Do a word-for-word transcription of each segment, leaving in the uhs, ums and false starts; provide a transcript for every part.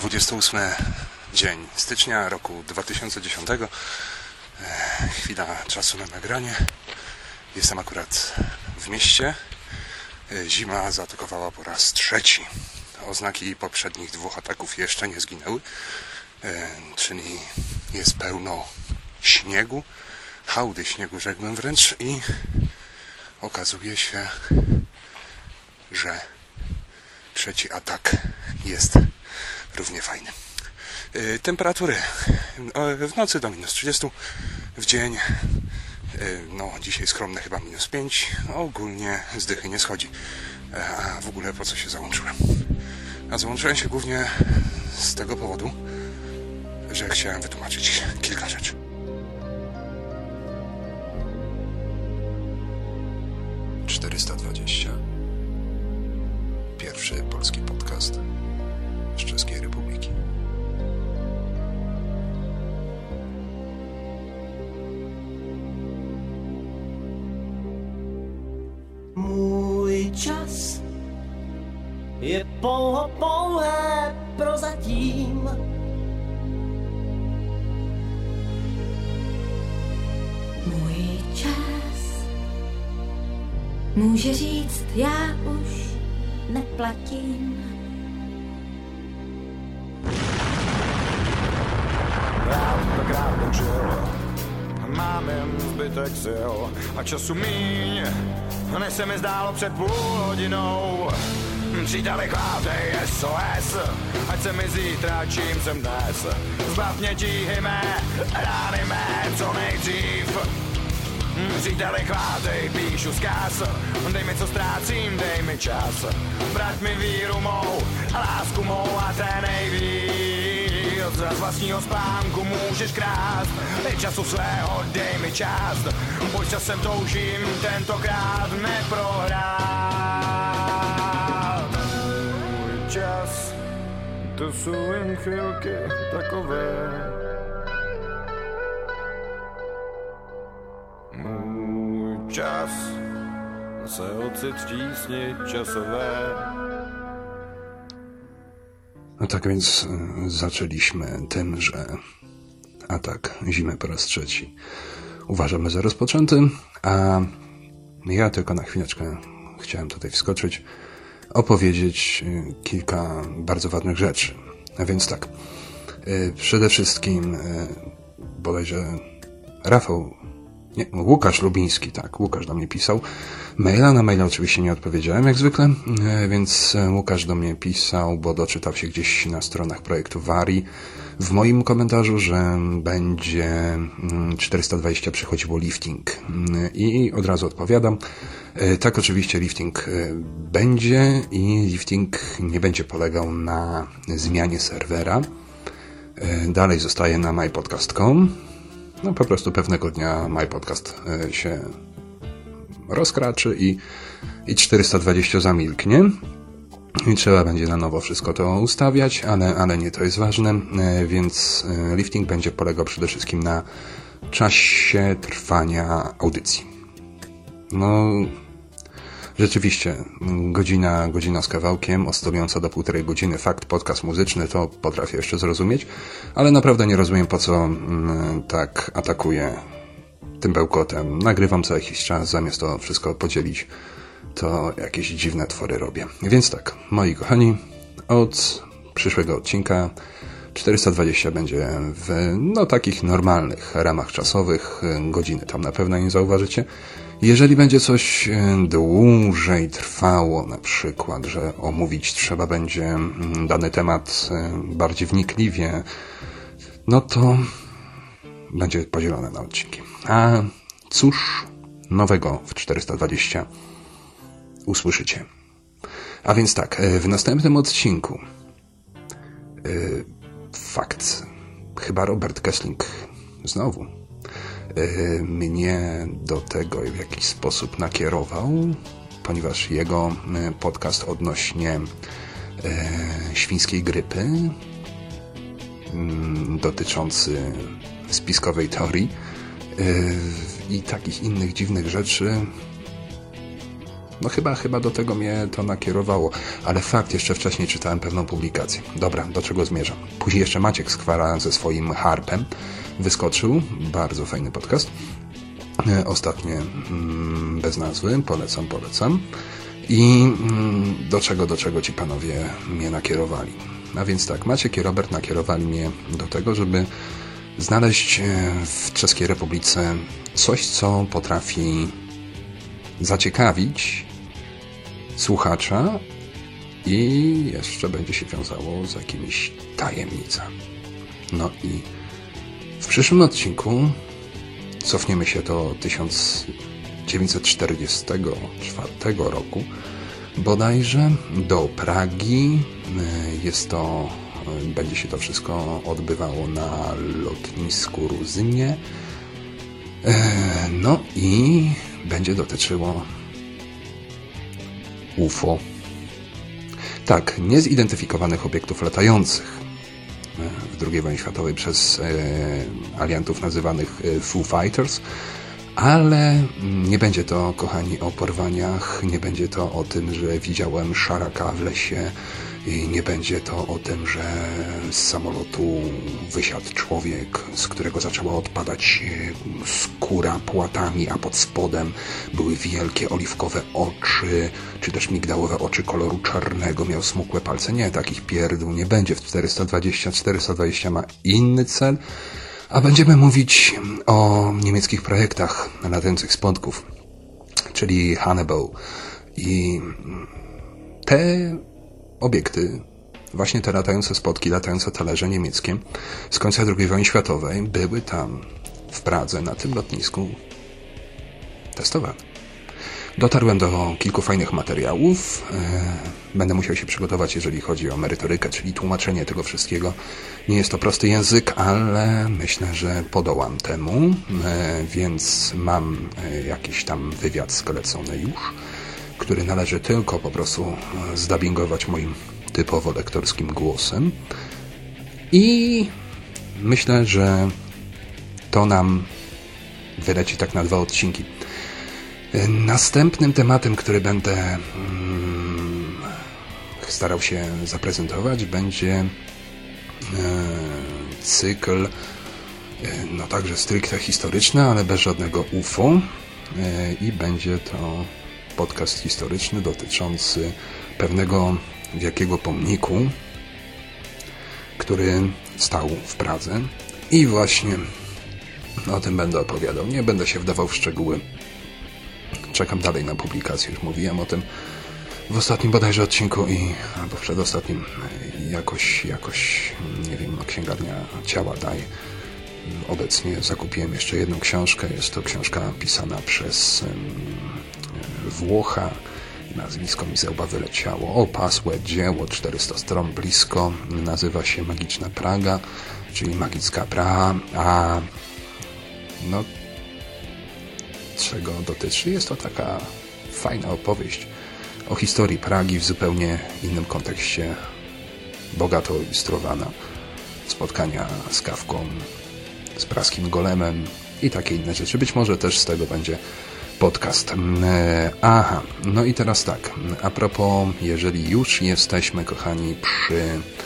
dwudziesty ósmy dzień stycznia roku dwa tysiące dziesiątego. Chwila czasu na nagranie. Jestem akurat w mieście. Zima zaatakowała po raz trzeci. Oznaki poprzednich dwóch ataków jeszcze nie zginęły. Czyli jest pełno śniegu. Hałdy śniegu, rzekłbym wręcz. I okazuje się, że trzeci atak jest równie fajny. Temperatury w nocy do minus trzydzieści, w dzień no dzisiaj skromne chyba minus pięć, ogólnie z dychy nie schodzi. A w ogóle po co się załączyłem? A załączyłem się głównie z tego powodu, że chciałem wytłumaczyć kilka rzeczy. czterysta dwadzieścia. Pierwszy polski podcast z Czeskiej Republiki. Můj čas je pouho pouhé prozatím. Můj čas může říct, já už neplatím. Já tentokrát končil, mám jen zbytek sil a času míň, než se mi zdálo před půl hodinou. Příteli, chvátej S O S, ať se mi zítra, čím jsem dnes. Zbav mě tíhy mé, rány mé, co nejdřív. Příteli, chvátej, píšu zkaz, dej mi, co ztrácím, dej mi čas. Vrať mi víru mou a lásku mou a té nejvíc. Z vlastního spánku můžeš krást, dej času svého, dej mi čas. Pojď časem toužím, tentokrát neprohrát. Můj čas, to jsou jen chvilky takové. Můj čas se ocit v tísni časové. No tak więc zaczęliśmy tym, że atak zimy po raz trzeci uważamy za rozpoczęty, a ja tylko na chwileczkę chciałem tutaj wskoczyć, opowiedzieć kilka bardzo ważnych rzeczy. A więc tak, przede wszystkim bodajże Rafał Nie, Łukasz Lubiński, tak, Łukasz do mnie pisał maila, na maila oczywiście nie odpowiedziałem jak zwykle, więc Łukasz do mnie pisał, bo doczytał się gdzieś na stronach projektu Vari w moim komentarzu, że będzie czterysta dwadzieścia przychodziło lifting i od razu odpowiadam, tak oczywiście lifting będzie i lifting nie będzie polegał na zmianie serwera, dalej zostaje na mypodcast kropka com. No po prostu pewnego dnia MyPodcast się rozkraczy i, i czterysta dwadzieścia zamilknie i trzeba będzie na nowo wszystko to ustawiać, ale, ale nie to jest ważne, więc lifting będzie polegał przede wszystkim na czasie trwania audycji. No rzeczywiście, godzina, godzina z kawałkiem, oscylująca do półtorej godziny, fakt, podcast muzyczny, to potrafię jeszcze zrozumieć, ale naprawdę nie rozumiem, po co mm, tak atakuję tym bełkotem. Nagrywam co jakiś czas, zamiast to wszystko podzielić, to jakieś dziwne twory robię. Więc tak, moi kochani, od przyszłego odcinka czterysta dwadzieścia będzie w no takich normalnych ramach czasowych, godziny tam na pewno nie zauważycie. Jeżeli będzie coś dłużej trwało, na przykład, że omówić trzeba będzie dany temat bardziej wnikliwie, no to będzie podzielone na odcinki. A cóż nowego w czterysta dwadzieścia usłyszycie. A więc tak, w następnym odcinku fakt, chyba Robert Kessling znowu mnie do tego w jakiś sposób nakierował, ponieważ jego podcast odnośnie e, świńskiej grypy m, dotyczący spiskowej teorii e, i takich innych dziwnych rzeczy No chyba, chyba do tego mnie to nakierowało, ale fakt, jeszcze wcześniej czytałem pewną publikację. Dobra, do czego zmierzam? Później jeszcze Maciek Skwara ze swoim harpem wyskoczył, bardzo fajny podcast. Ostatnie mm, bez nazwy, polecam, polecam. I mm, do czego, do czego ci panowie mnie nakierowali? A więc tak, Maciek i Robert nakierowali mnie do tego, żeby znaleźć w Czeskiej Republice coś, co potrafi zaciekawić słuchacza i jeszcze będzie się wiązało z jakimiś tajemnicami. No i w przyszłym odcinku cofniemy się do tysiąc dziewięćset czterdziestego czwartego roku, bodajże do Pragi. Jest to, będzie się to wszystko odbywało na lotnisku Ruzynie. No i będzie dotyczyło U F O. Tak, niezidentyfikowanych obiektów latających w drugiej wojnie światowej przez e, aliantów nazywanych e, Foo Fighters, ale nie będzie to, kochani, o porwaniach, nie będzie to o tym, że widziałem szaraka w lesie, i nie będzie to o tym, że z samolotu wysiadł człowiek, z którego zaczęła odpadać skóra płatami, a pod spodem były wielkie oliwkowe oczy, czy też migdałowe oczy koloru czarnego, miał smukłe palce. Nie, takich pierdół nie będzie w czterysta dwadzieścia. czterysta dwadzieścia ma inny cel, a będziemy mówić o niemieckich projektach latających spotków, czyli Hannibal. I te obiekty, właśnie te latające spotki, latające talerze niemieckie z końca drugiej wojny światowej były tam w Pradze, na tym lotnisku testowane. Dotarłem do kilku fajnych materiałów. Będę musiał się przygotować, jeżeli chodzi o merytorykę, czyli tłumaczenie tego wszystkiego. Nie jest to prosty język, ale myślę, że podołam temu, więc mam jakiś tam wywiad zlecony już, który należy tylko po prostu zdubbingować moim typowo lektorskim głosem. I myślę, że to nam wyleci tak na dwa odcinki. Następnym tematem, który będę hmm, starał się zaprezentować, będzie e, cykl e, no także stricte historyczny, ale bez żadnego U F O, e, i będzie to podcast historyczny dotyczący pewnego wielkiego pomniku, który stał w Pradze, i właśnie o tym będę opowiadał. Nie będę się wdawał w szczegóły. Czekam dalej na publikację, już mówiłem o tym w ostatnim bodajże odcinku i albo w przedostatnim. Jakoś, jakoś nie wiem, księgarnia Ciała daje. Obecnie zakupiłem jeszcze jedną książkę. Jest to książka pisana przez Włocha. Nazwisko mi z łba wyleciało. Opasłe dzieło, czterysta stron blisko. Nazywa się Magiczna Praga, czyli Magicka Praha. A no, czego dotyczy? Jest to taka fajna opowieść o historii Pragi w zupełnie innym kontekście, bogato ilustrowana. Spotkania z Kafką, z praskim golemem i takie inne rzeczy. Być może też z tego będzie podcast. Aha, no i teraz tak, a propos, jeżeli już jesteśmy, kochani, przy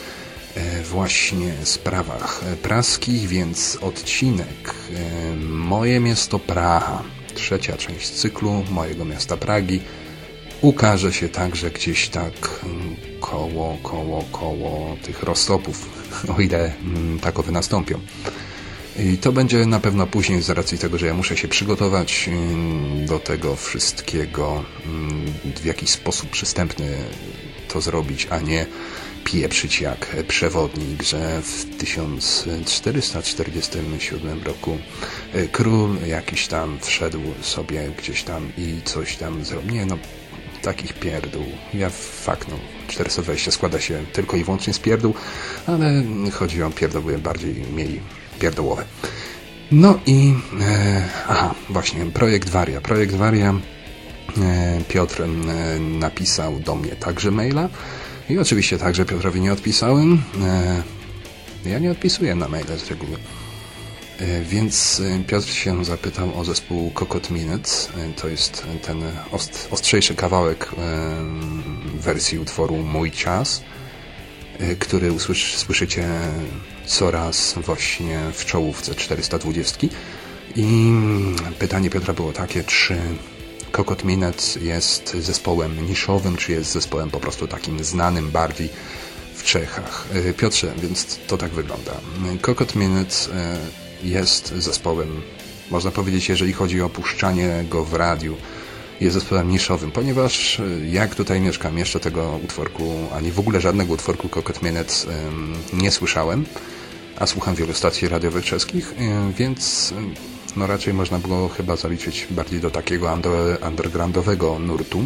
właśnie sprawach praskich, więc odcinek Moje miasto Praha, trzecia część cyklu Mojego miasta Pragi, ukaże się także gdzieś tak koło, koło, koło tych roztopów, o ile takowe nastąpią. I to będzie na pewno później, z racji tego, że ja muszę się przygotować do tego wszystkiego, w jakiś sposób przystępny to zrobić, a nie pieprzyć jak przewodnik, że w tysiąc czterysta czterdziestym siódmym roku król jakiś tam wszedł sobie gdzieś tam i coś tam zrobił. Nie, no, takich pierdół. Ja fakt, no, czterysta dwadzieścia składa się tylko i wyłącznie z pierdół, ale chodzi o pierdoły bardziej mniej pierdołowe. No i e, aha, właśnie, projekt Waria. Projekt Waria, e, Piotr e, napisał do mnie także maila i oczywiście także Piotrowi nie odpisałem. E, ja nie odpisuję na maile z reguły. Więc Piotr się zapytał o zespół Cocotte Minutes. To jest ten ost- ostrzejszy kawałek wersji utworu Mój Czas, który usłysz- słyszycie coraz właśnie w czołówce czterysta dwadzieścia. I pytanie Piotra było takie, czy Cocotte Minutes jest zespołem niszowym, czy jest zespołem po prostu takim znanym bardziej w Czechach. Piotrze, więc to tak wygląda. Cocotte Minutes jest zespołem, można powiedzieć, jeżeli chodzi o puszczanie go w radiu, jest zespołem niszowym, ponieważ jak tutaj mieszkam, jeszcze tego utworku, ani w ogóle żadnego utworku Cocotte Minutes nie słyszałem, a słucham wielu stacji radiowych czeskich, więc no raczej można było chyba zaliczyć bardziej do takiego undergroundowego nurtu.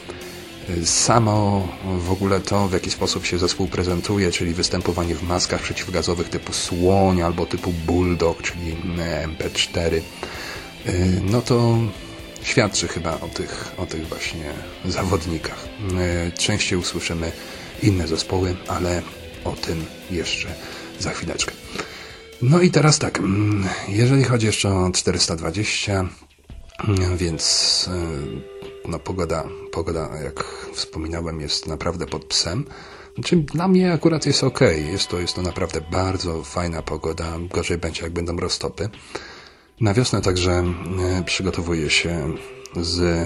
Samo w ogóle to, w jaki sposób się zespół prezentuje, czyli występowanie w maskach przeciwgazowych typu Słoń albo typu Bulldog, czyli em pe cztery, no to świadczy chyba o tych, o tych właśnie zawodnikach. Częściej usłyszymy inne zespoły, ale o tym jeszcze za chwileczkę. No i teraz tak, jeżeli chodzi jeszcze o czterysta dwadzieścia, więc no pogoda, pogoda jak wspominałem, jest naprawdę pod psem. Znaczy, dla mnie akurat jest ok. Jest to, jest to naprawdę bardzo fajna pogoda. Gorzej będzie, jak będą roztopy. Na wiosnę także przygotowuję się z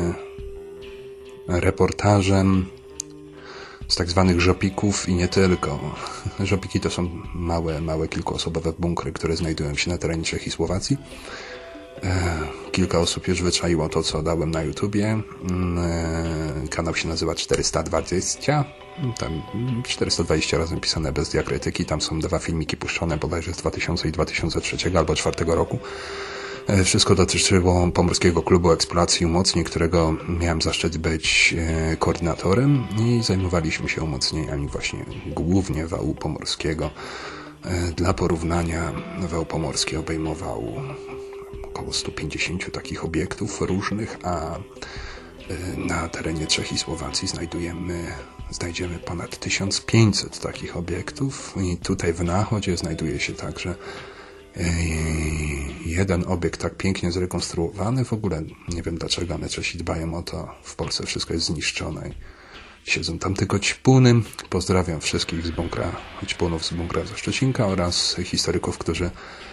reportażem z tak zwanych żopików i nie tylko. Żopiki to są małe, małe kilkuosobowe bunkry, które znajdują się na terenie Czech i Słowacji. Kilka osób już wyczaiło to, co dałem na YouTubie. Kanał się nazywa czterysta dwadzieścia. Tam czterysta dwadzieścia razem pisane bez diakrytyki. Tam są dwa filmiki puszczone bodajże z dwa tysiące i dwa tysiące trzeciego albo dwa tysiące czwartego roku. Wszystko dotyczyło Pomorskiego Klubu Eksploracji i Umocnień, którego miałem zaszczyt być koordynatorem i zajmowaliśmy się umocnieniami właśnie głównie wału pomorskiego. Dla porównania wał pomorski obejmował około sto pięćdziesiąt takich obiektów różnych, a na terenie Czech i Słowacji znajdujemy, znajdziemy ponad tysiąc pięćset takich obiektów i tutaj w Náchodzie znajduje się także jeden obiekt tak pięknie zrekonstruowany. W ogóle nie wiem dlaczego, ale Czesi dbają o to. W Polsce wszystko jest zniszczone. Siedzą tam tylko ćpuny. Pozdrawiam wszystkich z bunkra, ćpunów z bunkra ze Szczecinka oraz historyków, którzy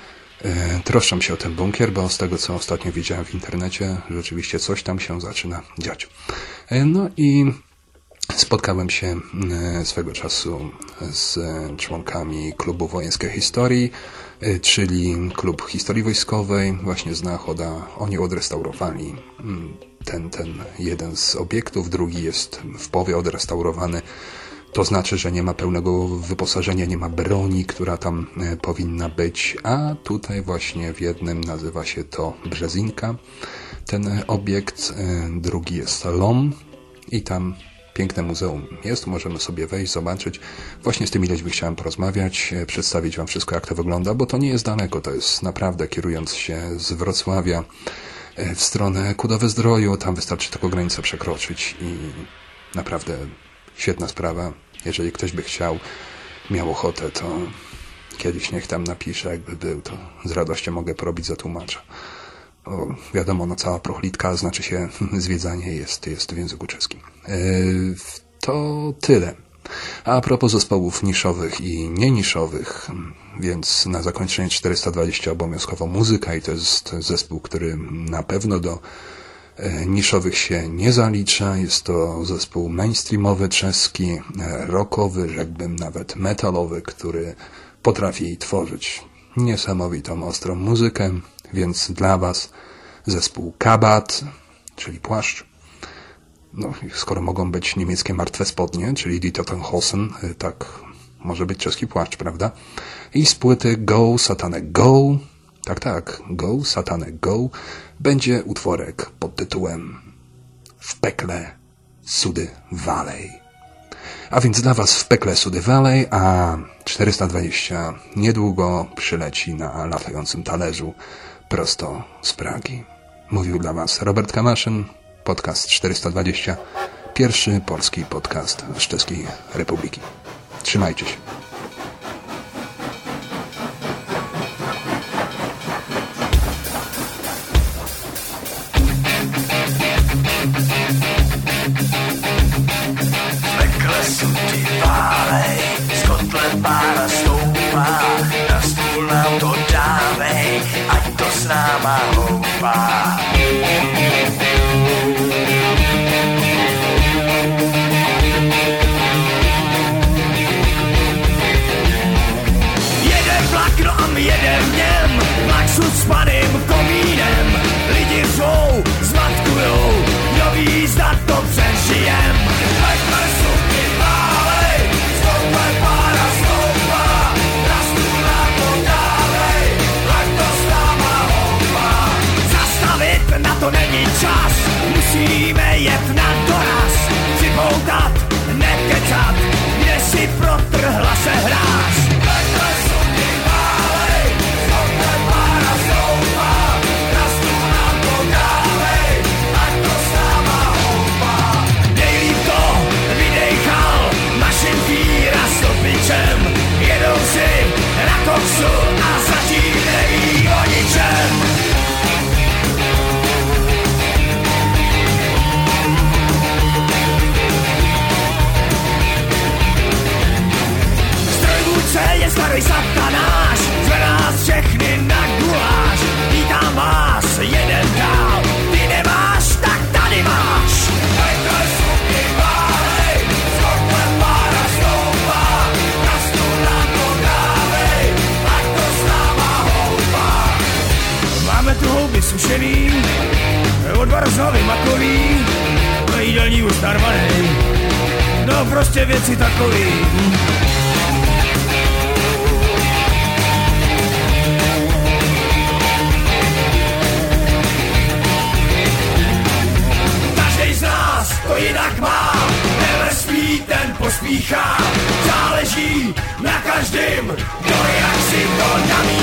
e, troszczą się o ten bunkier, bo z tego, co ostatnio widziałem w internecie, rzeczywiście coś tam się zaczyna dziać. E, no i spotkałem się e, swego czasu z członkami Klubu Wojenskiej Historii, e, czyli Klub Historii Wojskowej, właśnie z Náchoda. Oni odrestaurowali ten, ten jeden z obiektów, drugi jest w połowie odrestaurowany. To znaczy, że nie ma pełnego wyposażenia, nie ma broni, która tam e, powinna być, a tutaj właśnie w jednym nazywa się to Brzezinka, ten obiekt, e, drugi jest Lom i tam piękne muzeum jest, możemy sobie wejść, zobaczyć. Właśnie z tymi ludźmi chciałem porozmawiać, e, przedstawić wam wszystko, jak to wygląda, bo to nie jest daleko, to jest naprawdę, kierując się z Wrocławia e, w stronę Kudowy-Zdroju, tam wystarczy tylko granicę przekroczyć i naprawdę świetna sprawa. Jeżeli ktoś by chciał, miał ochotę, to kiedyś niech tam napisze, jakby był, to z radością mogę porobić za tłumacza. O, wiadomo, no cała prochlitka, znaczy się zwiedzanie jest, jest w języku czeskim. Yy, to tyle. A propos zespołów niszowych i nieniszowych, więc na zakończenie czterysta dwadzieścia obowiązkowo muzyka i to jest zespół, który na pewno do niszowych się nie zalicza. Jest to zespół mainstreamowy, czeski, rockowy, rzekłbym nawet metalowy, który potrafi tworzyć niesamowitą, ostrą muzykę, więc dla was zespół Kabat, czyli płaszcz. No, skoro mogą być niemieckie martwe spodnie, czyli Die Totenhosen, tak może być czeski płaszcz, prawda? I z płyty Go Satane Go, tak, tak, Go Satane Go, będzie utworek pod tytułem W pekle Sudy Valley. A więc dla was w pekle Sudy Valley, a czterysta dwadzieścia niedługo przyleci na latającym talerzu prosto z Pragi. Mówił dla was Robert Kamaszyn, podcast czterysta dwadzieścia, pierwszy polski podcast z Czeskiej Republiki. Trzymajcie się. jede v něm, laxus s paným komínem, lidi řvou, zmatkujou, kdo ví, zda to přežijem. Pojďme suky válej, stoupe pára stoupa, na stůl nám podávej, ať to s náma houpa. Zastavit na to není čas, musíme jet na doraz, připoutat, nekecat, kde si protrhla se hráz. Pojďme suky válej, stoupe pára stoupa, na stůl nám podávej, ať to s náma houpa. Nejlíp to vydejchal našim víra stopičem, jedou si na koksu a zatím neví o ničem. Strojvůdce je starý satanáš, zve nás všechny na guláš, vítám vás jeden dál, ty nemáš, tak tady máš. Pojďme suky válej, skokle pára stoupa, na stůl nám podávej, ať to s náma houpa. Máme tu houby sušený, odvar znovy makový, no jídelní už narvanej, no prostě věci takový. To jinak má, never spí, ten pospíchá, záleží na každým, kdo jak si to namíchá.